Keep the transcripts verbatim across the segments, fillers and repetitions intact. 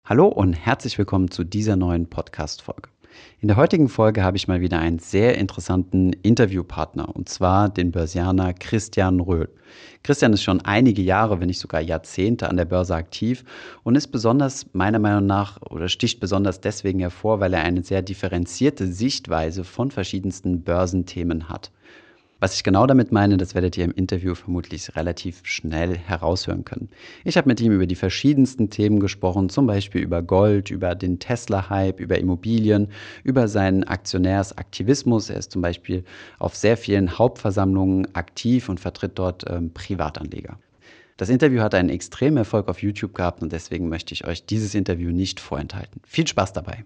Hallo und herzlich willkommen zu dieser neuen Podcast-Folge. In der heutigen Folge habe ich mal wieder einen sehr interessanten Interviewpartner, und zwar den Börsianer Christian Röhl. Christian ist schon einige Jahre, wenn nicht sogar Jahrzehnte an der Börse aktiv und ist besonders, meiner Meinung nach, oder sticht besonders deswegen hervor, weil er eine sehr differenzierte Sichtweise von verschiedensten Börsenthemen hat. Was ich genau damit meine, das werdet ihr im Interview vermutlich relativ schnell heraushören können. Ich habe mit ihm über die verschiedensten Themen gesprochen, zum Beispiel über Gold, über den Tesla-Hype, über Immobilien, über seinen Aktionärsaktivismus. Er ist zum Beispiel auf sehr vielen Hauptversammlungen aktiv und vertritt dort ähm, Privatanleger. Das Interview hat einen extremen Erfolg auf YouTube gehabt und deswegen möchte ich euch dieses Interview nicht vorenthalten. Viel Spaß dabei!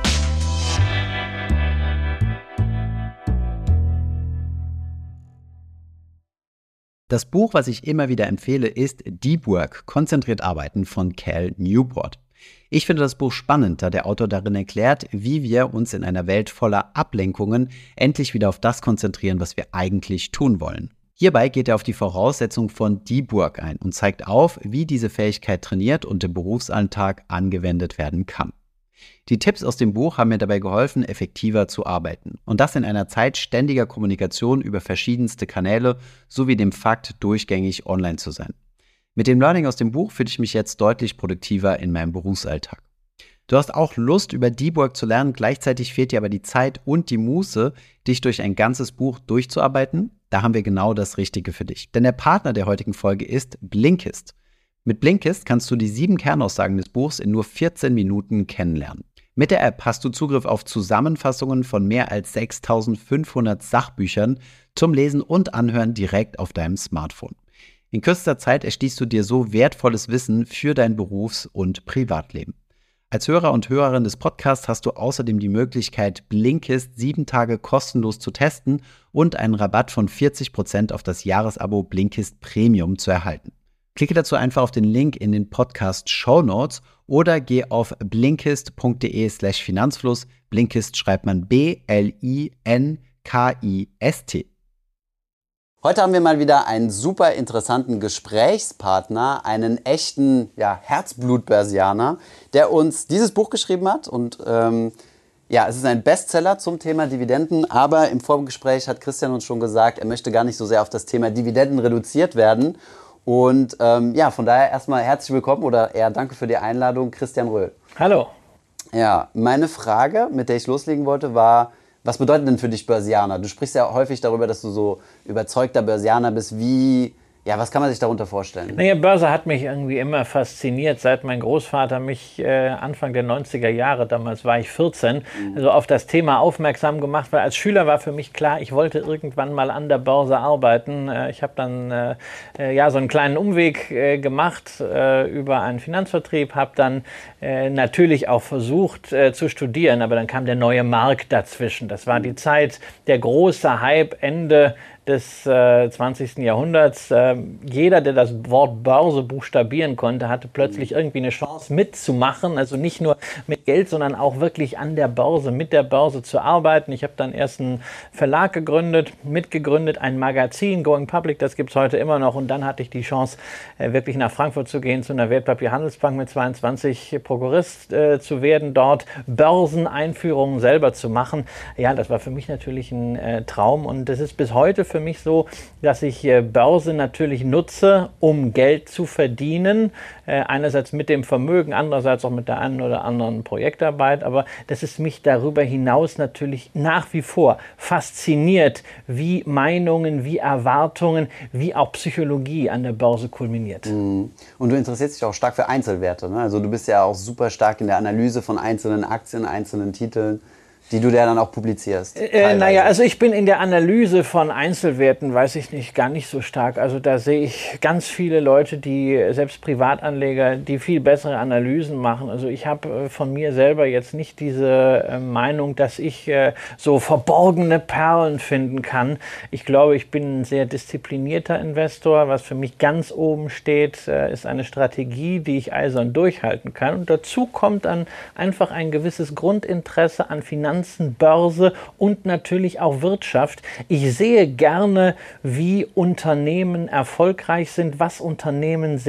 Das Buch, was ich immer wieder empfehle, ist Deep Work, konzentriert arbeiten von Cal Newport. Ich finde das Buch spannend, da der Autor darin erklärt, wie wir uns in einer Welt voller Ablenkungen endlich wieder auf das konzentrieren, was wir eigentlich tun wollen. Hierbei geht er auf die Voraussetzung von Deep Work ein und zeigt auf, wie diese Fähigkeit trainiert und im Berufsalltag angewendet werden kann. Die Tipps aus dem Buch haben mir dabei geholfen, effektiver zu arbeiten. Und das in einer Zeit ständiger Kommunikation über verschiedenste Kanäle sowie dem Fakt, durchgängig online zu sein. Mit dem Learning aus dem Buch fühle ich mich jetzt deutlich produktiver in meinem Berufsalltag. Du hast auch Lust, über Deep Work zu lernen, gleichzeitig fehlt dir aber die Zeit und die Muße, dich durch ein ganzes Buch durchzuarbeiten? Da haben wir genau das Richtige für dich. Denn der Partner der heutigen Folge ist Blinkist. Mit Blinkist kannst du die sieben Kernaussagen des Buchs in nur vierzehn Minuten kennenlernen. Mit der App hast du Zugriff auf Zusammenfassungen von mehr als sechstausendfünfhundert Sachbüchern zum Lesen und Anhören direkt auf deinem Smartphone. In kürzester Zeit erschließt du dir so wertvolles Wissen für dein Berufs- und Privatleben. Als Hörer und Hörerin des Podcasts hast du außerdem die Möglichkeit, Blinkist sieben Tage kostenlos zu testen und einen Rabatt von vierzig Prozent auf das Jahresabo Blinkist Premium zu erhalten. Klicke dazu einfach auf den Link in den Podcast-Shownotes oder geh auf blinkist.de slash Finanzfluss. Blinkist schreibt man B L I N K I S T. Heute haben wir mal wieder einen super interessanten Gesprächspartner, einen echten ja, Herzblut-Börsianer, der uns dieses Buch geschrieben hat. Und ähm, ja, es ist ein Bestseller zum Thema Dividenden, aber im Vorgespräch hat Christian uns schon gesagt, er möchte gar nicht so sehr auf das Thema Dividenden reduziert werden. Und ähm, ja, von daher erstmal herzlich willkommen oder eher danke für die Einladung, Christian Röhl. Hallo. Ja, meine Frage, mit der ich loslegen wollte, war, was bedeutet denn für dich Börsianer? Du sprichst ja häufig darüber, dass du so überzeugter Börsianer bist. Wie, ja, was kann man sich darunter vorstellen? Naja, Börse hat mich irgendwie immer fasziniert, seit mein Großvater mich äh, Anfang der neunziger Jahre, damals war ich vierzehn, mhm. also auf das Thema aufmerksam gemacht, weil als Schüler war für mich klar, ich wollte irgendwann mal an der Börse arbeiten. Äh, ich habe dann äh, ja so einen kleinen Umweg äh, gemacht äh, über einen Finanzvertrieb, habe dann äh, natürlich auch versucht äh, zu studieren, aber dann kam der neue Markt dazwischen. Das war die Zeit, der große Hype Ende des äh, zwanzigsten Jahrhunderts. Äh, jeder, der das Wort Börse buchstabieren konnte, hatte plötzlich irgendwie eine Chance mitzumachen. Also nicht nur mit Geld, sondern auch wirklich an der Börse, mit der Börse zu arbeiten. Ich habe dann erst einen Verlag gegründet, mitgegründet, ein Magazin, Going Public, das gibt es heute immer noch. Und dann hatte ich die Chance, äh, wirklich nach Frankfurt zu gehen, zu einer Wertpapierhandelsbank mit zweiundzwanzig Prokurist äh, zu werden, dort Börseneinführungen selber zu machen. Ja, das war für mich natürlich ein äh, Traum und das ist bis heute für mich so, dass ich äh, Börse natürlich nutze, um Geld zu verdienen. Äh, einerseits mit dem Vermögen, andererseits auch mit der einen oder anderen Projektarbeit. Aber dass es mich darüber hinaus natürlich nach wie vor fasziniert, wie Meinungen, wie Erwartungen, wie auch Psychologie an der Börse kulminiert. Mhm. Und du interessierst dich auch stark für Einzelwerte, ne? Also du bist ja auch super stark in der Analyse von einzelnen Aktien, einzelnen Titeln, die du ja dann auch publizierst. Äh, naja, also ich bin in der Analyse von Einzelwerten, weiß ich nicht, gar nicht so stark. Also da sehe ich ganz viele Leute, die, selbst Privatanleger, die viel bessere Analysen machen. Also ich habe äh, von mir selber jetzt nicht diese äh, Meinung, dass ich äh, so verborgene Perlen finden kann. Ich glaube, ich bin ein sehr disziplinierter Investor. Was für mich ganz oben steht, äh, ist eine Strategie, die ich eisern durchhalten kann. Und dazu kommt dann einfach ein gewisses Grundinteresse an Finanzen, Börse und natürlich auch Wirtschaft. Ich sehe gerne, wie Unternehmen erfolgreich sind, was Unternehmen sich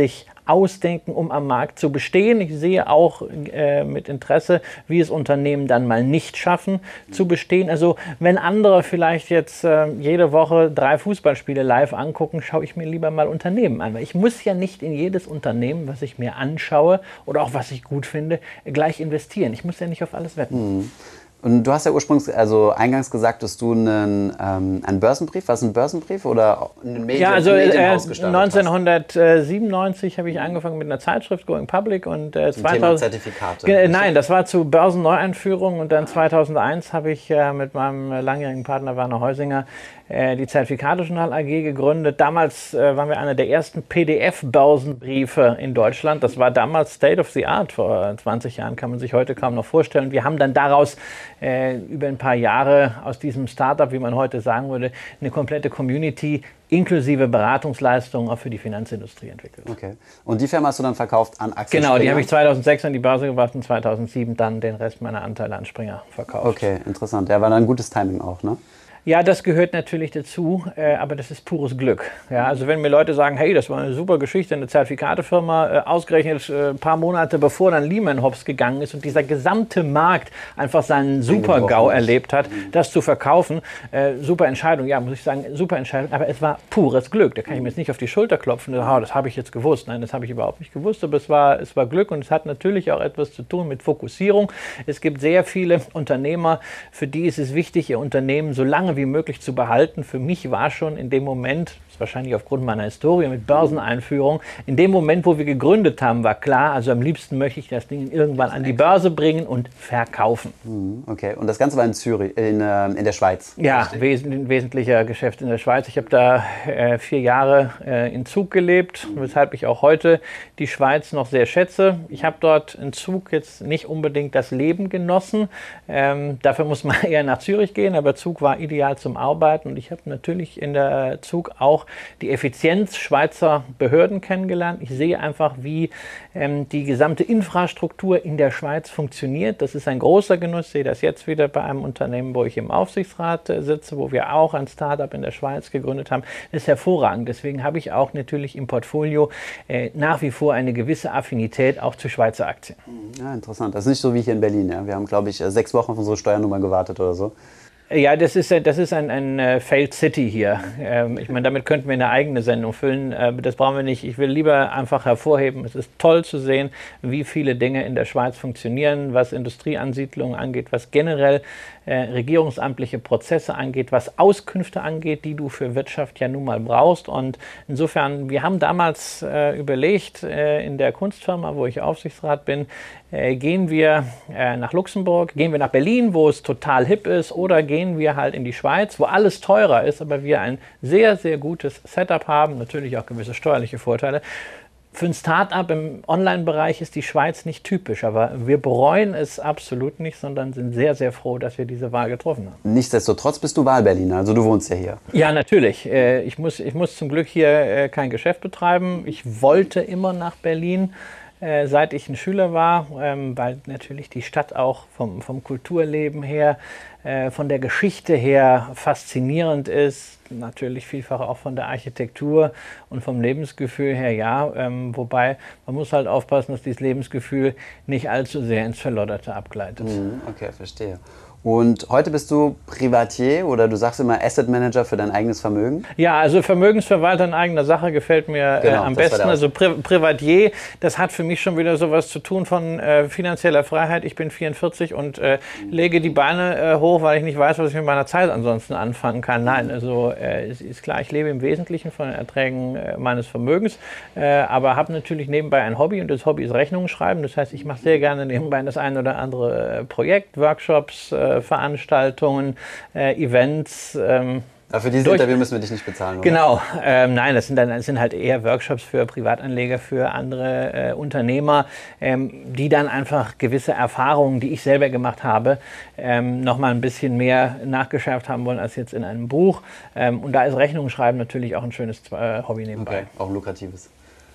ausdenken, um am Markt zu bestehen. Ich sehe auch äh, mit Interesse, wie es Unternehmen dann mal nicht schaffen zu bestehen. Also wenn andere vielleicht jetzt äh, jede Woche drei Fußballspiele live angucken, schaue ich mir lieber mal Unternehmen an. Weil ich muss ja nicht in jedes Unternehmen, was ich mir anschaue oder auch was ich gut finde, gleich investieren. Ich muss ja nicht auf alles wetten. Mhm. Und du hast ja ursprünglich, also eingangs gesagt, dass du einen, ähm, einen Börsenbrief, was ein Börsenbrief oder ein Medien, ja, also ein Medienhaus äh, gestartet neunzehnhundertsiebenundneunzig habe ich angefangen mit einer Zeitschrift, Going Public. Und äh, Zum Thema Zertifikate. Ge nein, das war zu Börsenneueinführung. Und dann zweitausendeins habe ich äh, mit meinem langjährigen Partner Werner Heusinger äh, die Zertifikatejournal A G gegründet. Damals äh, waren wir einer der ersten P D F-Börsenbriefe in Deutschland. Das war damals State of the Art. Vor zwanzig Jahren kann man sich heute kaum noch vorstellen. Wir haben dann daraus äh, über ein paar Jahre aus diesem Startup, wie man heute sagen würde, eine komplette Community inklusive Beratungsleistungen auch für die Finanzindustrie entwickelt. Okay. Und die Firma hast du dann verkauft an Axel Genau, Springer? Die habe ich zweitausendsechs an die Börse gebracht und zweitausendsieben dann den Rest meiner Anteile an Springer verkauft. Okay, interessant. Ja, war dann ein gutes Timing auch, ne? Ja, das gehört natürlich dazu, äh, aber das ist pures Glück. Ja, also wenn mir Leute sagen, hey, das war eine super Geschichte, eine Zertifikatefirma, äh, ausgerechnet äh, ein paar Monate bevor dann Lehman Hops gegangen ist und dieser gesamte Markt einfach seinen Super-GAU erlebt hat, das zu verkaufen, äh, super Entscheidung, ja, muss ich sagen, super Entscheidung, aber es war pures Glück. Da kann ich mir jetzt nicht auf die Schulter klopfen und sagen, oh, das habe ich jetzt gewusst. Nein, das habe ich überhaupt nicht gewusst, aber es war, es war Glück und es hat natürlich auch etwas zu tun mit Fokussierung. Es gibt sehr viele Unternehmer, für die ist es wichtig, ihr Unternehmen so lange wie möglich zu behalten. Für mich war schon in dem Moment, das ist wahrscheinlich aufgrund meiner Historie mit Börseneinführung, in dem Moment, wo wir gegründet haben, war klar, also am liebsten möchte ich das Ding irgendwann an die Börse bringen und verkaufen. Okay, und das Ganze war in Zürich, in, äh, in der Schweiz? Ja, wes ein wesentlicher Geschäft in der Schweiz. Ich habe da äh, vier Jahre äh, in Zug gelebt, weshalb ich auch heute die Schweiz noch sehr schätze. Ich habe dort in Zug jetzt nicht unbedingt das Leben genossen. Ähm, dafür muss man eher nach Zürich gehen, aber Zug war ideal zum Arbeiten. Und ich habe natürlich in der Zug auch die Effizienz Schweizer Behörden kennengelernt. Ich sehe einfach, wie ähm, die gesamte Infrastruktur in der Schweiz funktioniert. Das ist ein großer Genuss. Ich sehe das jetzt wieder bei einem Unternehmen, wo ich im Aufsichtsrat äh, sitze, wo wir auch ein Startup in der Schweiz gegründet haben. Das ist hervorragend. Deswegen habe ich auch natürlich im Portfolio äh, nach wie vor eine gewisse Affinität auch zu Schweizer Aktien. Ja, interessant. Das ist nicht so wie hier in Berlin. Ja? Wir haben, glaube ich, sechs Wochen auf unsere Steuernummer gewartet oder so. Ja, das ist, das ist ein, ein uh, Failed City hier. Ähm, ich meine, damit könnten wir eine eigene Sendung füllen. Äh, das brauchen wir nicht. Ich will lieber einfach hervorheben, es ist toll zu sehen, wie viele Dinge in der Schweiz funktionieren, was Industrieansiedlungen angeht, was generell äh, regierungsamtliche Prozesse angeht, was Auskünfte angeht, die du für Wirtschaft ja nun mal brauchst. Und insofern, wir haben damals äh, überlegt, äh, in der Kunstfirma, wo ich Aufsichtsrat bin, äh, gehen wir äh, nach Luxemburg, gehen wir nach Berlin, wo es total hip ist, oder gehen wir halt in die Schweiz, wo alles teurer ist, aber wir ein sehr, sehr gutes Setup haben, natürlich auch gewisse steuerliche Vorteile. Für ein Start-up im Online-Bereich ist die Schweiz nicht typisch, aber wir bereuen es absolut nicht, sondern sind sehr, sehr froh, dass wir diese Wahl getroffen haben. Nichtsdestotrotz bist du Wahlberliner, also du wohnst ja hier. Ja, natürlich. Ich muss, ich muss zum Glück hier kein Geschäft betreiben. Ich wollte immer nach Berlin, seit ich ein Schüler war, weil natürlich die Stadt auch vom, vom Kulturleben her, von der Geschichte her faszinierend ist, natürlich vielfach auch von der Architektur und vom Lebensgefühl her, ja, ähm, wobei man muss halt aufpassen, dass dieses Lebensgefühl nicht allzu sehr ins Verlodderte abgleitet. Okay, verstehe. Und heute bist du Privatier oder du sagst immer Asset Manager für dein eigenes Vermögen? Ja, also Vermögensverwalter in eigener Sache gefällt mir genau, äh, am besten. Also Pri Privatier, das hat für mich schon wieder sowas zu tun von äh, finanzieller Freiheit. Ich bin vierundvierzig und äh, lege die Beine äh, hoch, weil ich nicht weiß, was ich mit meiner Zeit ansonsten anfangen kann. Nein, also äh, es ist klar, ich lebe im Wesentlichen von den Erträgen äh, meines Vermögens, äh, aber habe natürlich nebenbei ein Hobby und das Hobby ist Rechnungen schreiben. Das heißt, ich mache sehr gerne nebenbei das ein oder andere äh, Projekt, Workshops, äh, Veranstaltungen, äh, Events. Ähm, Aber für dieses durch Interview müssen wir dich nicht bezahlen, oder? Genau, ähm, nein, das sind, dann, das sind halt eher Workshops für Privatanleger, für andere äh, Unternehmer, ähm, die dann einfach gewisse Erfahrungen, die ich selber gemacht habe, ähm, nochmal ein bisschen mehr nachgeschärft haben wollen als jetzt in einem Buch. Ähm, und da ist Rechnungen schreiben natürlich auch ein schönes äh, Hobby nebenbei. Okay, auch ein lukratives.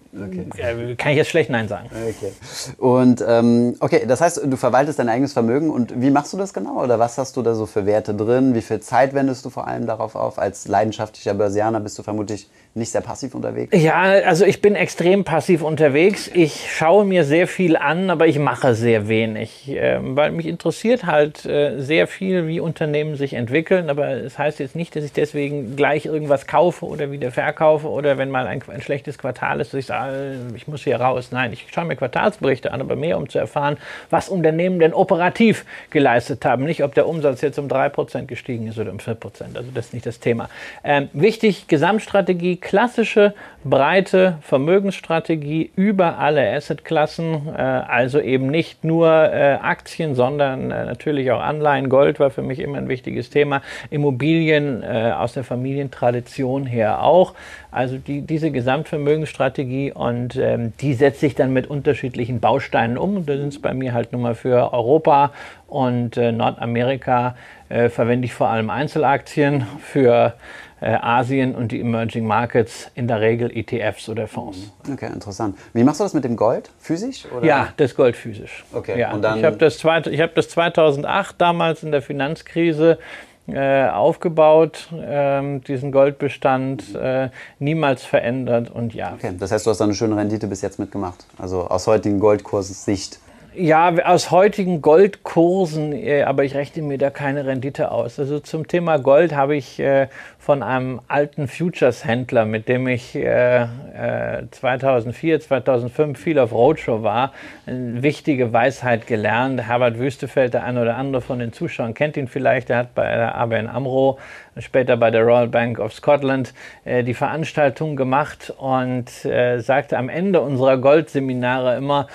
Okay. Äh, kann ich jetzt schlecht Nein sagen. Okay. Und ähm, okay, das heißt, du verwaltest dein eigenes Vermögen und wie machst du das genau? Oder was hast du da so für Werte drin? Wie viel Zeit wendest du vor allem darauf auf? Als leidenschaftlicher Börsianer bist du vermutlich nicht sehr passiv unterwegs? Ja, also ich bin extrem passiv unterwegs. Ich schaue mir sehr viel an, aber ich mache sehr wenig, äh, weil mich interessiert halt äh, sehr viel, wie Unternehmen sich entwickeln. Aber es das heißt jetzt nicht, dass ich deswegen gleich irgendwas kaufe oder wieder verkaufe oder wenn mal ein, ein schlechtes Quartal ist, dass ich sage, ich muss hier raus. Nein, ich schaue mir Quartalsberichte an, aber mehr, um zu erfahren, was Unternehmen denn operativ geleistet haben. Nicht, ob der Umsatz jetzt um drei Prozent gestiegen ist oder um vier Prozent. Also das ist nicht das Thema. Ähm, wichtig, Gesamtstrategie, klassische, breite Vermögensstrategie über alle Assetklassen. Äh, also eben nicht nur äh, Aktien, sondern äh, natürlich auch Anleihen. Gold war für mich immer ein wichtiges Thema. Immobilien äh, aus der Familientradition her auch. Also die, diese Gesamtvermögensstrategie und ähm, die setze ich dann mit unterschiedlichen Bausteinen um. Und da sind es bei mir halt nun mal für Europa und äh, Nordamerika äh, verwende ich vor allem Einzelaktien, für äh, Asien und die Emerging Markets in der Regel E T Fs oder Fonds. Okay, interessant. Wie machst du das mit dem Gold? Physisch? Oder? Ja, das Gold physisch. Okay. Ja, und dann ich habe das, ich hab das zweitausendacht damals in der Finanzkrise Äh, aufgebaut, ähm, diesen Goldbestand, äh, niemals verändert und ja. Okay, das heißt, du hast da eine schöne Rendite bis jetzt mitgemacht, also aus heutigen Goldkurssicht. Ja, aus heutigen Goldkursen, äh, aber ich rechne mir da keine Rendite aus. Also zum Thema Gold habe ich äh, von einem alten Futures-Händler, mit dem ich äh, äh, zweitausendvier, zweitausendfünf viel auf Roadshow war, eine wichtige Weisheit gelernt. Herbert Wüstefeld, der eine oder andere von den Zuschauern kennt ihn vielleicht, der hat bei der A B N AMRO, später bei der Royal Bank of Scotland, äh, die Veranstaltung gemacht und äh, sagte am Ende unserer Goldseminare immer,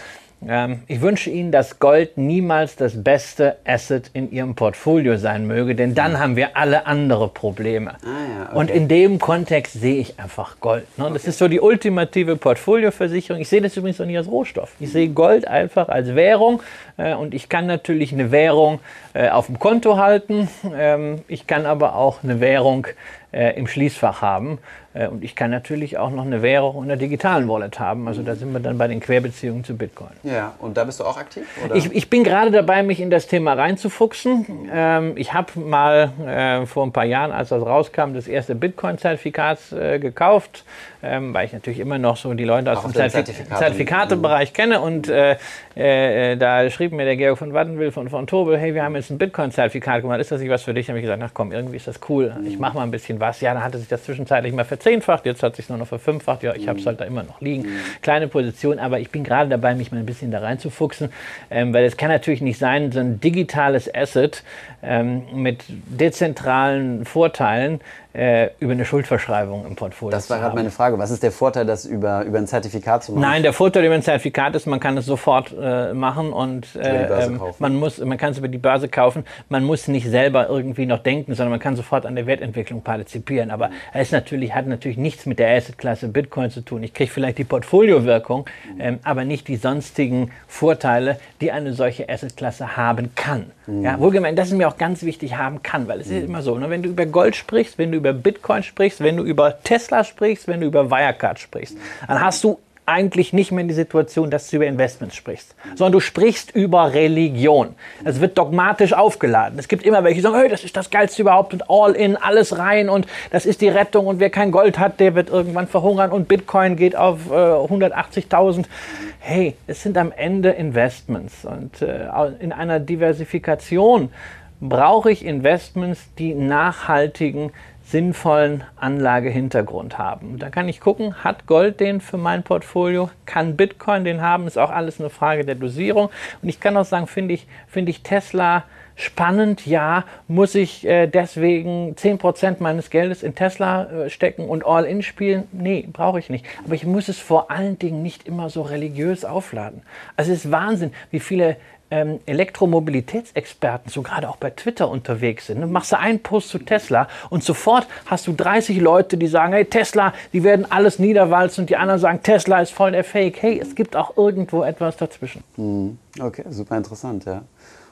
ich wünsche Ihnen, dass Gold niemals das beste Asset in Ihrem Portfolio sein möge, denn dann haben wir alle andere Probleme. Ah, ja, okay. Und in dem Kontext sehe ich einfach Gold. Ne? Okay. Das ist so die ultimative Portfolioversicherung. Ich sehe das übrigens auch nicht als Rohstoff. Ich sehe Gold einfach als Währung äh, und ich kann natürlich eine Währung äh, auf dem Konto halten. Ähm, ich kann aber auch eine Währung äh, im Schließfach haben. Und ich kann natürlich auch noch eine Währung in der digitalen Wallet haben. Also da sind wir dann bei den Querbeziehungen zu Bitcoin. Ja, und da bist du auch aktiv? Oder? Ich, ich bin gerade dabei, mich in das Thema reinzufuchsen. Ähm, ich habe mal äh, vor ein paar Jahren, als das rauskam, das erste Bitcoin-Zertifikat äh, gekauft, ähm, weil ich natürlich immer noch so die Leute aus dem Zertifik Zertifikatebereich mhm. kenne. Und äh, äh, da schrieb mir der Georg von Wattenwyl von von Tobel, hey, wir haben jetzt ein Bitcoin-Zertifikat gemacht, ist das nicht was für dich? Da habe ich gesagt, ach komm, irgendwie ist das cool. Ich mache mal ein bisschen was. Ja, dann hatte sich das zwischenzeitlich mal verzehnfacht, jetzt hat es sich nur noch verfünffacht. Ja, ich habe es halt da immer noch liegen. Kleine Position, aber ich bin gerade dabei, mich mal ein bisschen da reinzufuchsen, ähm, weil es kann natürlich nicht sein, so ein digitales Asset ähm, mit dezentralen Vorteilen äh, über eine Schuldverschreibung im Portfolio Das war gerade meine Frage. Was ist der Vorteil, das über, über ein Zertifikat zu machen? Nein, der Vorteil über ein Zertifikat ist, man kann es sofort äh, machen und äh, ähm, man, muss, man kann es über die Börse kaufen. Man muss nicht selber irgendwie noch denken, sondern man kann sofort an der Wertentwicklung partizipieren. Aber es ist natürlich, hat natürlich nichts mit der Assetklasse Bitcoin zu tun. Ich kriege vielleicht die Portfoliowirkung, ähm, aber nicht die sonstigen Vorteile, die eine solche Assetklasse haben kann. Mhm. Ja, wohlgemeint, das ist mir auch ganz wichtig, haben kann, weil es mhm. ist immer so, ne, wenn du über Gold sprichst, wenn du über Bitcoin sprichst, wenn du über Tesla sprichst, wenn du über Wirecard sprichst, dann hast du eigentlich nicht mehr die Situation, dass du über Investments sprichst, sondern du sprichst über Religion. Es wird dogmatisch aufgeladen. Es gibt immer welche, die sagen, hey, das ist das Geilste überhaupt und all in, alles rein und das ist die Rettung und wer kein Gold hat, der wird irgendwann verhungern und Bitcoin geht auf äh, hundertachtzigtausend. Hey, es sind am Ende Investments und äh, in einer Diversifikation brauche ich Investments, die nachhaltigen, sinnvollen Anlagehintergrund haben. Da kann ich gucken, hat Gold den für mein Portfolio? Kann Bitcoin den haben? Ist auch alles eine Frage der Dosierung. Und ich kann auch sagen, finde ich, finde ich Tesla spannend? Ja. Muss ich äh, deswegen zehn Prozent meines Geldes in Tesla äh, stecken und All-In spielen? Nee, brauche ich nicht. Aber ich muss es vor allen Dingen nicht immer so religiös aufladen. Also es ist Wahnsinn, wie viele Ähm, Elektromobilitätsexperten, so gerade auch bei Twitter unterwegs sind. Ne? Machst du einen Post zu Tesla und sofort hast du dreißig Leute, die sagen, hey Tesla, die werden alles niederwalzen und die anderen sagen, Tesla ist voll der Fake. Hey, es gibt auch irgendwo etwas dazwischen. Mhm. Okay, super interessant, ja.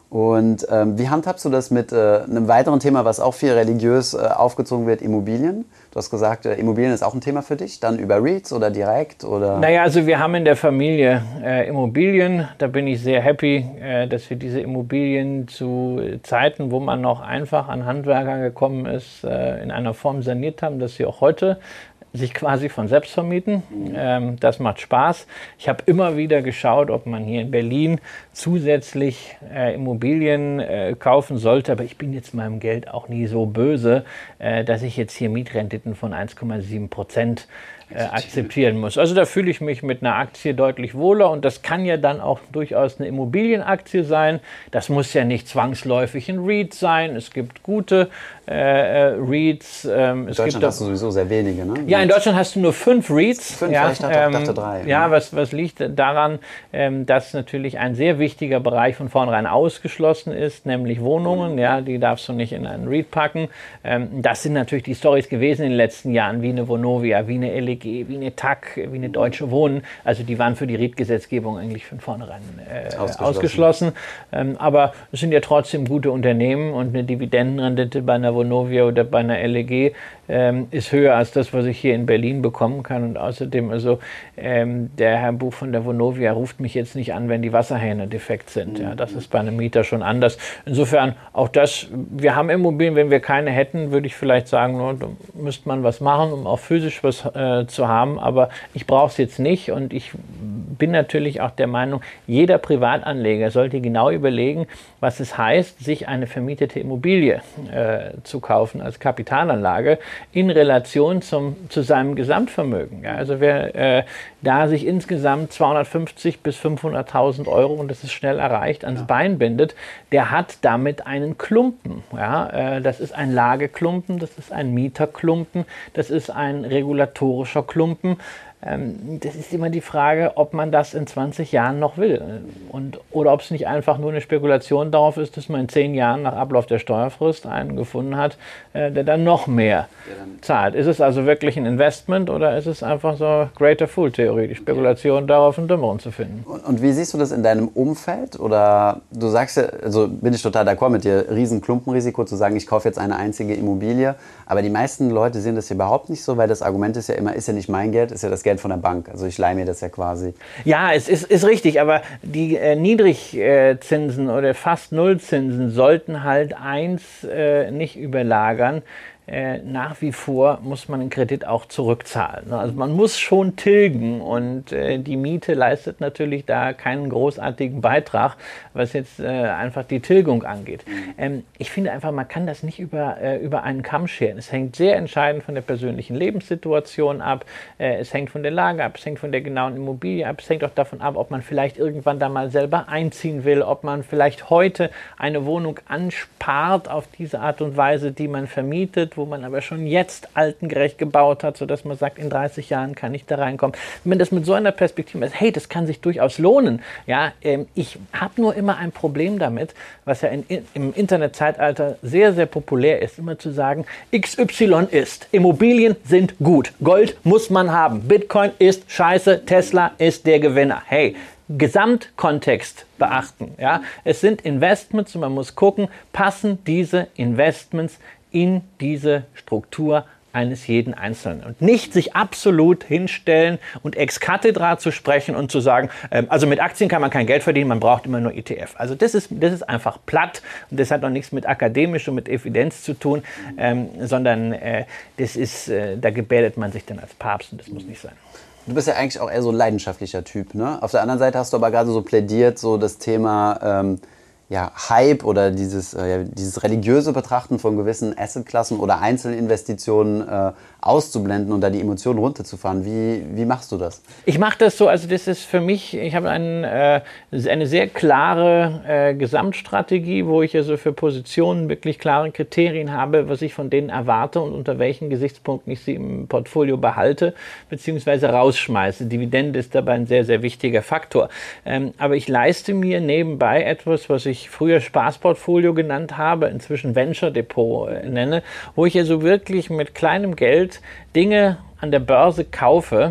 Und ähm, wie handhabst du das mit äh, einem weiteren Thema, was auch viel religiös äh, aufgezogen wird, Immobilien? Du hast gesagt, äh, Immobilien ist auch ein Thema für dich, dann über REITs oder direkt? Oder? Naja, also wir haben in der Familie äh, Immobilien. Da bin ich sehr happy, äh, dass wir diese Immobilien zu Zeiten, wo man noch einfach an Handwerker gekommen ist, äh, in einer Form saniert haben, dass sie auch heute sich quasi von selbst vermieten. Ähm, das macht Spaß. Ich habe immer wieder geschaut, ob man hier in Berlin zusätzlich äh, Immobilien äh, kaufen sollte. Aber ich bin jetzt meinem Geld auch nie so böse, äh, dass ich jetzt hier Mietrenditen von eins Komma sieben Prozent äh, akzeptieren muss. Also da fühle ich mich mit einer Aktie deutlich wohler. Und das kann ja dann auch durchaus eine Immobilienaktie sein. Das muss ja nicht zwangsläufig ein REIT sein. Es gibt gute äh, REITs. Ähm, in es Deutschland gibt hast du sowieso sehr wenige, ne? Ja, in Deutschland hast du nur fünf REITs. Fünf, ja, ich dachte, ähm, dachte drei. Ja, was, was liegt daran, ähm, dass natürlich ein sehr wichtiger Bereich von vornherein ausgeschlossen ist, nämlich Wohnungen. Ja, die darfst du nicht in einen REIT packen. Ähm, das sind natürlich die Storys gewesen in den letzten Jahren, wie eine Vonovia, wie eine L E G, wie eine T A C, wie eine Deutsche Wohnen. Also die waren für die REIT-Gesetzgebung eigentlich von vornherein äh, ausgeschlossen. ausgeschlossen. Ähm, aber es sind ja trotzdem gute Unternehmen und eine Dividendenrendite bei einer Vonovia oder bei einer L E G ähm, ist höher als das, was ich hier in Berlin bekommen kann. Und außerdem, also ähm, der Herr Buch von der Vonovia ruft mich jetzt nicht an, wenn die Wasserhähne defekt sind. Ja, das ist bei einem Mieter schon anders. Insofern auch das, wir haben Immobilien, wenn wir keine hätten, würde ich vielleicht sagen, no, da müsste man was machen, um auch physisch was äh, zu haben. Aber ich brauche es jetzt nicht und ich bin natürlich auch der Meinung, jeder Privatanleger sollte genau überlegen, was es heißt, sich eine vermietete Immobilie äh, zu kaufen als Kapitalanlage in Relation zum, zu seinem Gesamtvermögen. Ja, also wer äh, da sich insgesamt zweihundertfünfzig bis fünfhunderttausend Euro, und das ist schnell erreicht, ans ja. Bein bindet, der hat damit einen Klumpen. Ja, äh, das ist ein Lageklumpen, das ist ein Mieterklumpen, das ist ein regulatorischer Klumpen. Ähm, das ist immer die Frage, ob man das in zwanzig Jahren noch will. Und, oder ob es nicht einfach nur eine Spekulation darauf ist, dass man in zehn Jahren nach Ablauf der Steuerfrist einen gefunden hat, äh, der dann noch mehr zahlt. Ist es also wirklich ein Investment oder ist es einfach so Greater Fool-Theorie, die Spekulation okay. darauf, einen Dümmeren zu finden? Und, und wie siehst du das in deinem Umfeld? Oder du sagst ja, also bin ich total d'accord mit dir, riesen Klumpenrisiko zu sagen, ich kaufe jetzt eine einzige Immobilie. Aber die meisten Leute sehen das überhaupt nicht so, weil das Argument ist ja immer, ist ja nicht mein Geld, ist ja das Geld von der Bank. Also ich leihe mir das ja quasi. Ja, es ist, ist richtig, aber die äh, Niedrigzinsen oder fast Nullzinsen sollten halt eins äh, nicht überlagern. Äh, nach wie vor muss man den Kredit auch zurückzahlen. Also man muss schon tilgen und äh, die Miete leistet natürlich da keinen großartigen Beitrag, was jetzt äh, einfach die Tilgung angeht. Ähm, ich finde einfach, man kann das nicht über, äh, über einen Kamm scheren. Es hängt sehr entscheidend von der persönlichen Lebenssituation ab, äh, es hängt von der Lage ab, es hängt von der genauen Immobilie ab, es hängt auch davon ab, ob man vielleicht irgendwann da mal selber einziehen will, ob man vielleicht heute eine Wohnung anspart auf diese Art und Weise, die man vermietet, wo man aber schon jetzt altengerecht gebaut hat, sodass man sagt, in dreißig Jahren kann ich da reinkommen. Wenn man das mit so einer Perspektive ist, hey, das kann sich durchaus lohnen. Ja, ähm, ich habe nur immer ein Problem damit, was ja in, in, im Internetzeitalter sehr, sehr populär ist, immer zu sagen, X Y ist, Immobilien sind gut, Gold muss man haben, Bitcoin ist scheiße, Tesla ist der Gewinner. Hey, Gesamtkontext beachten. Ja? Es sind Investments und man muss gucken, passen diese Investments in diese Struktur eines jeden Einzelnen. Und nicht sich absolut hinstellen und ex cathedra zu sprechen und zu sagen, ähm, also mit Aktien kann man kein Geld verdienen, man braucht immer nur E T F. Also das ist, das ist einfach platt und das hat auch nichts mit akademisch und mit Evidenz zu tun, ähm, sondern äh, das ist, äh, da gebärdet man sich dann als Papst und das muss nicht sein. Du bist ja eigentlich auch eher so ein leidenschaftlicher Typ, ne? Auf der anderen Seite hast du aber gerade so plädiert, so das Thema ähm, ja, Hype oder dieses, äh, dieses religiöse Betrachten von gewissen Assetklassen oder Einzelinvestitionen äh, auszublenden und da die Emotionen runterzufahren. Wie, wie machst du das? Ich mache das so, also das ist für mich, ich habe ein, äh, eine sehr klare äh, Gesamtstrategie, wo ich also für Positionen wirklich klare Kriterien habe, was ich von denen erwarte und unter welchen Gesichtspunkten ich sie im Portfolio behalte bzw. rausschmeiße. Dividende ist dabei ein sehr, sehr wichtiger Faktor. Ähm, aber ich leiste mir nebenbei etwas, was ich früher Spaßportfolio genannt habe, inzwischen Venture Depot äh, nenne, wo ich also wirklich mit kleinem Geld Dinge an der Börse kaufe,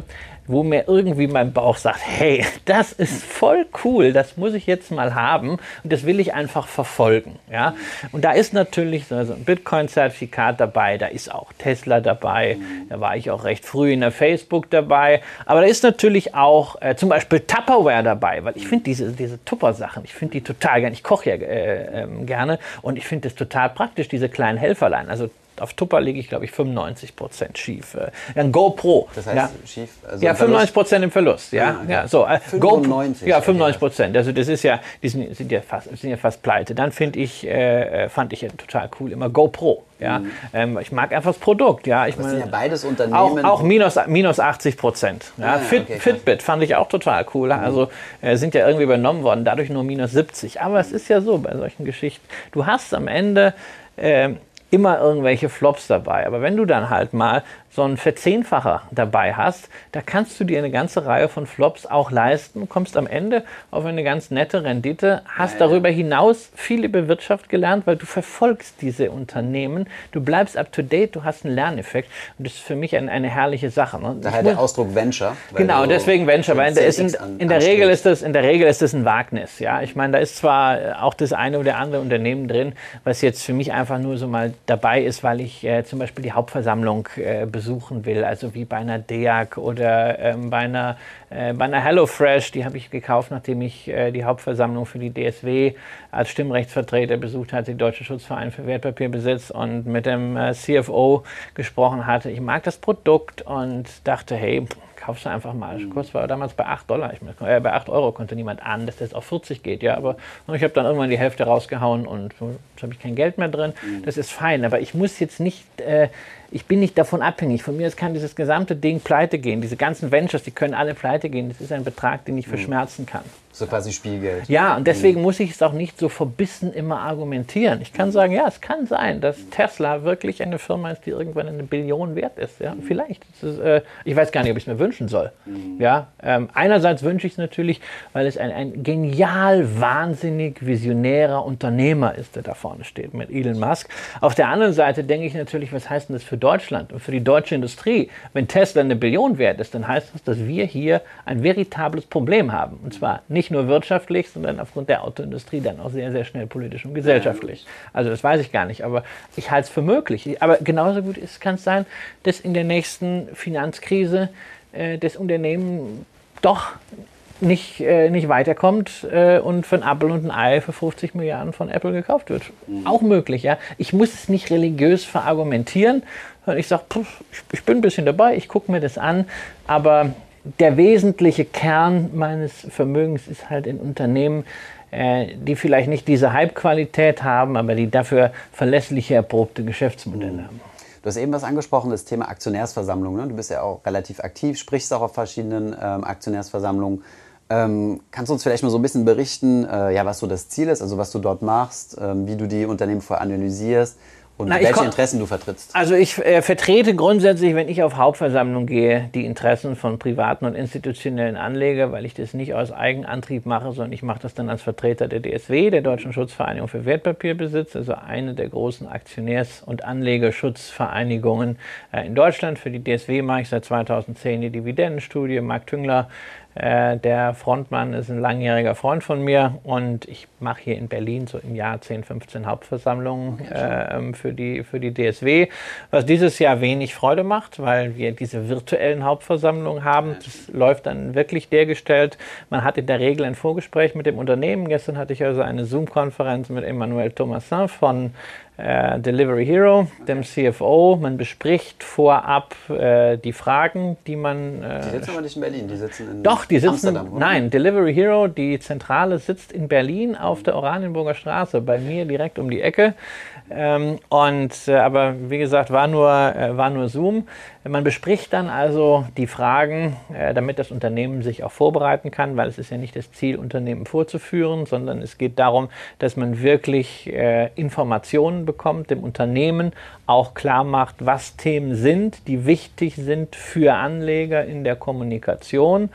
wo mir irgendwie mein Bauch sagt, hey, das ist voll cool, das muss ich jetzt mal haben und das will ich einfach verfolgen. Ja? Und da ist natürlich so ein Bitcoin-Zertifikat dabei, da ist auch Tesla dabei, da war ich auch recht früh in der Facebook dabei, aber da ist natürlich auch äh, zum Beispiel Tupperware dabei, weil ich finde diese, diese Tupper-Sachen, ich finde die total gerne, ich koche ja äh, äh, gerne und ich finde das total praktisch, diese kleinen Helferlein. Also auf Tupper liege ich, glaube ich, fünfundneunzig Prozent schief. Ja, ein GoPro. Das heißt ja. schief? Also ja, fünfundneunzig Prozent im Verlust. Ja, ah, okay. ja, so, äh, fünfundneunzig? Ja, fünfundneunzig Prozent. Also das ist ja, die sind, sind, ja, fast, sind ja fast pleite. Dann finde ich, äh, fand ich ja total cool immer GoPro. Ja, mhm. ähm, ich mag einfach das Produkt. Ja, ich das meine, sind ja beides Unternehmen. Auch, auch minus, minus achtzig Prozent. Ja, ah, Fit, okay, Fitbit fand ich auch total cool. Mhm. Also äh, sind ja irgendwie übernommen worden, dadurch nur minus siebzig. Aber es ist ja so bei solchen Geschichten. Du hast am Ende äh, immer irgendwelche Flops dabei. Aber wenn du dann halt mal so einen Verzehnfacher dabei hast, da kannst du dir eine ganze Reihe von Flops auch leisten, kommst am Ende auf eine ganz nette Rendite, hast ja, darüber hinaus viel über Wirtschaft gelernt, weil du verfolgst diese Unternehmen, du bleibst up to date, du hast einen Lerneffekt und das ist für mich ein, eine herrliche Sache. Ne? Daher der Ausdruck Venture. Genau, deswegen Venture, weil in, in, in, der Regel ist das, in der Regel ist das ein Wagnis. Ja? Ich meine, da ist zwar auch das eine oder andere Unternehmen drin, was jetzt für mich einfach nur so mal dabei ist, weil ich äh, zum Beispiel die Hauptversammlung äh, besuche suchen will, also wie bei einer D E A C oder ähm, bei einer, äh, bei einer HelloFresh, die habe ich gekauft, nachdem ich äh, die Hauptversammlung für die D S W als Stimmrechtsvertreter besucht hatte, die Deutsche Schutzverein für Wertpapierbesitz und mit dem äh, C F O gesprochen hatte. Ich mag das Produkt und dachte, hey, kaufst du einfach mal. Der Kurs war damals bei acht Dollar. Ich meine, äh, bei acht Euro konnte niemand ahnen, dass das auf vierzig geht. Ja, aber ich habe dann irgendwann die Hälfte rausgehauen und jetzt habe ich kein Geld mehr drin. Das ist fein, aber ich muss jetzt nicht, äh, ich bin nicht davon abhängig. Von mir aus kann dieses gesamte Ding pleite gehen. Diese ganzen Ventures, die können alle pleite gehen. Das ist ein Betrag, den ich verschmerzen kann. So quasi Spielgeld. Ja, und deswegen mhm. muss ich es auch nicht so verbissen immer argumentieren. Ich kann sagen, ja, es kann sein, dass Tesla wirklich eine Firma ist, die irgendwann eine Billion wert ist. Ja, vielleicht. Ist, äh, ich weiß gar nicht, ob ich es mir wünschen soll. Mhm. Ja, ähm, einerseits wünsche ich es natürlich, weil es ein, ein genial, wahnsinnig visionärer Unternehmer ist, der da vorne steht mit Elon Musk. Auf der anderen Seite denke ich natürlich, was heißt denn das für Deutschland und für die deutsche Industrie? Wenn Tesla eine Billion wert ist, dann heißt das, dass wir hier ein veritables Problem haben. Und zwar nicht nur wirtschaftlich, sondern aufgrund der Autoindustrie dann auch sehr, sehr schnell politisch und gesellschaftlich. Also das weiß ich gar nicht, aber ich halte es für möglich. Aber genauso gut kann es sein, dass in der nächsten Finanzkrise äh, das Unternehmen doch nicht, äh, nicht weiterkommt äh, und für ein Apfel und ein Ei für fünfzig Milliarden von Apple gekauft wird. Mhm. Auch möglich, ja. Ich muss es nicht religiös verargumentieren, sondern ich sage, ich, ich bin ein bisschen dabei, ich gucke mir das an, aber der wesentliche Kern meines Vermögens ist halt in Unternehmen, äh, die vielleicht nicht diese Hype-Qualität haben, aber die dafür verlässliche, erprobte Geschäftsmodelle mhm. haben. Du hast eben was angesprochen, das Thema Aktionärsversammlung. Ne? Du bist ja auch relativ aktiv, sprichst auch auf verschiedenen ähm, Aktionärsversammlungen. Ähm, kannst du uns vielleicht mal so ein bisschen berichten, äh, ja, was so das Ziel ist, also was du dort machst, ähm, wie du die Unternehmen vorher analysierst? Und Na, welche Interessen du vertrittst? Also ich äh, vertrete grundsätzlich, wenn ich auf Hauptversammlung gehe, die Interessen von privaten und institutionellen Anlegern, weil ich das nicht aus Eigenantrieb mache, sondern ich mache das dann als Vertreter der D S W, der Deutschen Schutzvereinigung für Wertpapierbesitz, also eine der großen Aktionärs- und Anlegerschutzvereinigungen äh, in Deutschland. Für die D S W mache ich seit zweitausendzehn die Dividendenstudie. Marc Tüngler, äh, der Frontmann, ist ein langjähriger Freund von mir und ich mache hier in Berlin so im Jahr zehn, fünfzehn Hauptversammlungen äh, für die, für die D S W, was dieses Jahr wenig Freude macht, weil wir diese virtuellen Hauptversammlungen haben. Das läuft dann wirklich dergestellt. Man hat in der Regel ein Vorgespräch mit dem Unternehmen. Gestern hatte ich also eine Zoom-Konferenz mit Emmanuel Thomasin von äh, Delivery Hero, dem C F O. Man bespricht vorab äh, die Fragen, die man... Äh, die sitzen aber nicht in Berlin, die sitzen in Doch, die sitzen... Amsterdam, oder? Nein, Delivery Hero, die Zentrale sitzt in Berlin auf der Oranienburger Straße, bei mir direkt um die Ecke. Ähm, und, äh, aber wie gesagt, war nur, äh, war nur Zoom. Man bespricht dann also die Fragen, äh, damit das Unternehmen sich auch vorbereiten kann, weil es ist ja nicht das Ziel, Unternehmen vorzuführen, sondern es geht darum, dass man wirklich äh, Informationen bekommt, dem Unternehmen auch klar macht, was Themen sind, die wichtig sind für Anleger in der Kommunikation.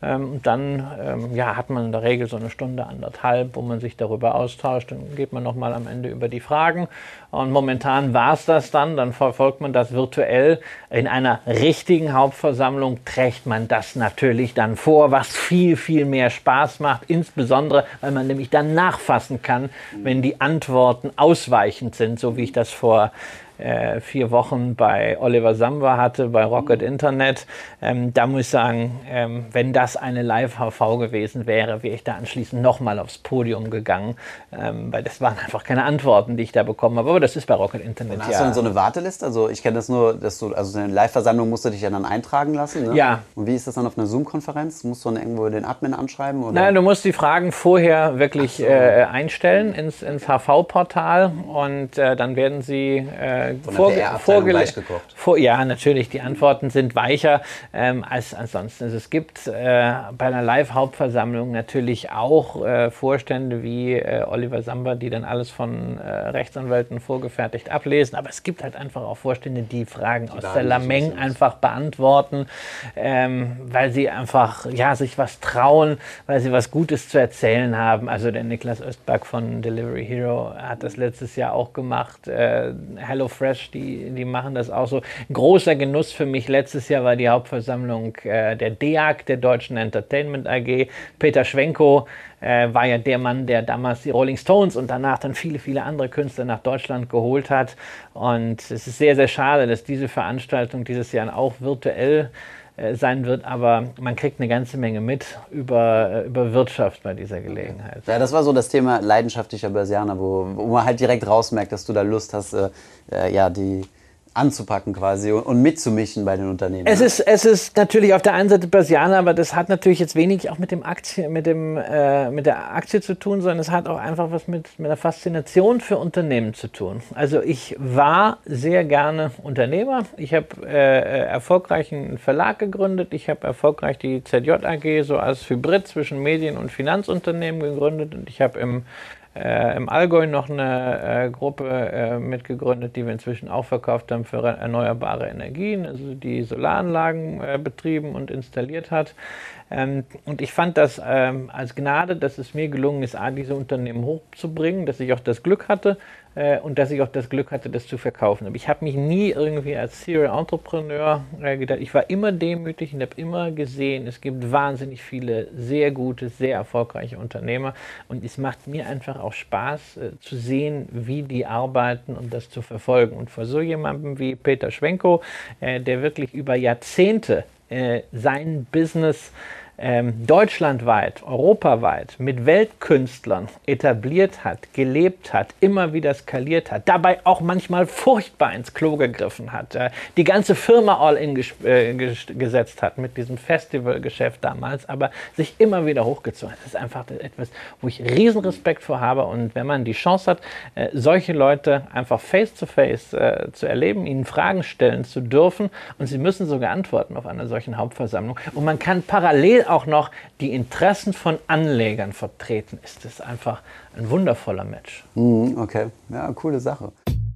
Ähm, dann ähm, ja, hat man in der Regel so eine Stunde, anderthalb, wo man sich darüber austauscht. Dann geht man nochmal am Ende über die Fragen. Und momentan war es das dann. Dann verfolgt man das virtuell. In einer richtigen Hauptversammlung trägt man das natürlich dann vor, was viel, viel mehr Spaß macht. Insbesondere, weil man nämlich dann nachfassen kann, wenn die Antworten ausweichend sind, so wie ich das vor äh, vier Wochen bei Oliver Samba hatte, bei Rocket Internet. Ähm, da muss ich sagen, ähm, wenn das eine Live-H V gewesen wäre, wäre ich da anschließend nochmal aufs Podium gegangen, ähm, weil das waren einfach keine Antworten, die ich da bekommen habe. Aber das ist bei Rocket Internet, hast ja. du dann so eine Warteliste? Also ich kenne das nur, dass du, also eine Live-Versammlung musst du dich ja dann eintragen lassen, ne? Ja. Und wie ist das dann auf einer Zoom-Konferenz? Musst du dann irgendwo den Admin anschreiben? Oder? Nein, du musst die Fragen vorher wirklich so. äh, einstellen ins, ins H V-Portal und äh, dann werden sie äh, vorge vorgelegt. Vor, ja, natürlich, die Antworten sind weicher ähm, als ansonsten. Also es gibt äh, bei einer Live-Hauptversammlung natürlich auch äh, Vorstände wie äh, Oliver Samba, die dann alles von äh, Rechtsanwälten vorgefertigt ablesen, aber es gibt halt einfach auch Vorstände, die Fragen die aus der Lameng einfach beantworten, ähm, weil sie einfach ja, sich was trauen, weil sie was Gutes zu erzählen haben. Also der Niklas Östberg von Delivery Hero hat das letztes Jahr auch gemacht. Äh, HelloFresh, die, die machen das auch so. Großer Genuss für mich letztes Jahr war die Hauptversammlung äh, der D E A G, der Deutschen Entertainment A G. Peter Schwenko äh, war ja der Mann, der damals die Rolling Stones und danach dann viele, viele andere Künstler nach Deutschland geholt hat. Und es ist sehr, sehr schade, dass diese Veranstaltung dieses Jahr auch virtuell sein wird, aber man kriegt eine ganze Menge mit über, über Wirtschaft bei dieser Gelegenheit. Ja, das war so das Thema leidenschaftlicher Börsianer, wo, wo man halt direkt rausmerkt, dass du da Lust hast, äh, äh, ja, die anzupacken quasi und, und mitzumischen bei den Unternehmen. Es ist, es ist natürlich auf der einen Seite Börsianer, aber das hat natürlich jetzt wenig auch mit dem Aktie, mit dem, äh, mit der Aktie zu tun, sondern es hat auch einfach was mit, mit der Faszination für Unternehmen zu tun. Also ich war sehr gerne Unternehmer. Ich habe äh, erfolgreich einen Verlag gegründet. Ich habe erfolgreich die Z J A G so als Hybrid zwischen Medien- und Finanzunternehmen gegründet und ich habe im Äh, im Allgäu noch eine äh, Gruppe äh, mitgegründet, die wir inzwischen auch verkauft haben für erneuerbare Energien, also die Solaranlagen äh, betrieben und installiert hat. Ähm, und ich fand das ähm, als Gnade, dass es mir gelungen ist, A, diese Unternehmen hochzubringen, dass ich auch das Glück hatte äh, und dass ich auch das Glück hatte, das zu verkaufen. Aber ich habe mich nie irgendwie als Serial Entrepreneur äh, gedacht. Ich war immer demütig und habe immer gesehen, es gibt wahnsinnig viele sehr gute, sehr erfolgreiche Unternehmer und es macht mir einfach auch Spaß äh, zu sehen, wie die arbeiten und das zu verfolgen. Und vor so jemandem wie Peter Schwenko, äh, der wirklich über Jahrzehnte äh, sein Business ähm, deutschlandweit, europaweit mit Weltkünstlern etabliert hat, gelebt hat, immer wieder skaliert hat, dabei auch manchmal furchtbar ins Klo gegriffen hat, äh, die ganze Firma all in ges äh, ges gesetzt hat mit diesem Festivalgeschäft damals, aber sich immer wieder hochgezogen hat. Das ist einfach etwas, wo ich riesen Respekt vor habe und wenn man die Chance hat, äh, solche Leute einfach face to face äh, zu erleben, ihnen Fragen stellen zu dürfen und sie müssen sogar antworten auf einer solchen Hauptversammlung und man kann parallel auch noch die Interessen von Anlegern vertreten, ist das einfach ein wundervoller Match. Okay, ja, coole Sache.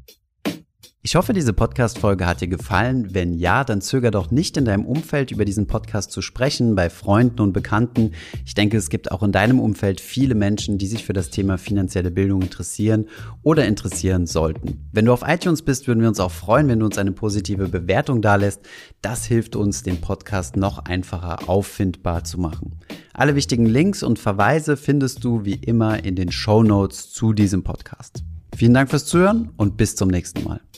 Ich hoffe, diese Podcast-Folge hat dir gefallen. Wenn ja, dann zöger doch nicht in deinem Umfeld über diesen Podcast zu sprechen, bei Freunden und Bekannten. Ich denke, es gibt auch in deinem Umfeld viele Menschen, die sich für das Thema finanzielle Bildung interessieren oder interessieren sollten. Wenn du auf iTunes bist, würden wir uns auch freuen, wenn du uns eine positive Bewertung dalässt. Das hilft uns, den Podcast noch einfacher auffindbar zu machen. Alle wichtigen Links und Verweise findest du wie immer in den Shownotes zu diesem Podcast. Vielen Dank fürs Zuhören und bis zum nächsten Mal.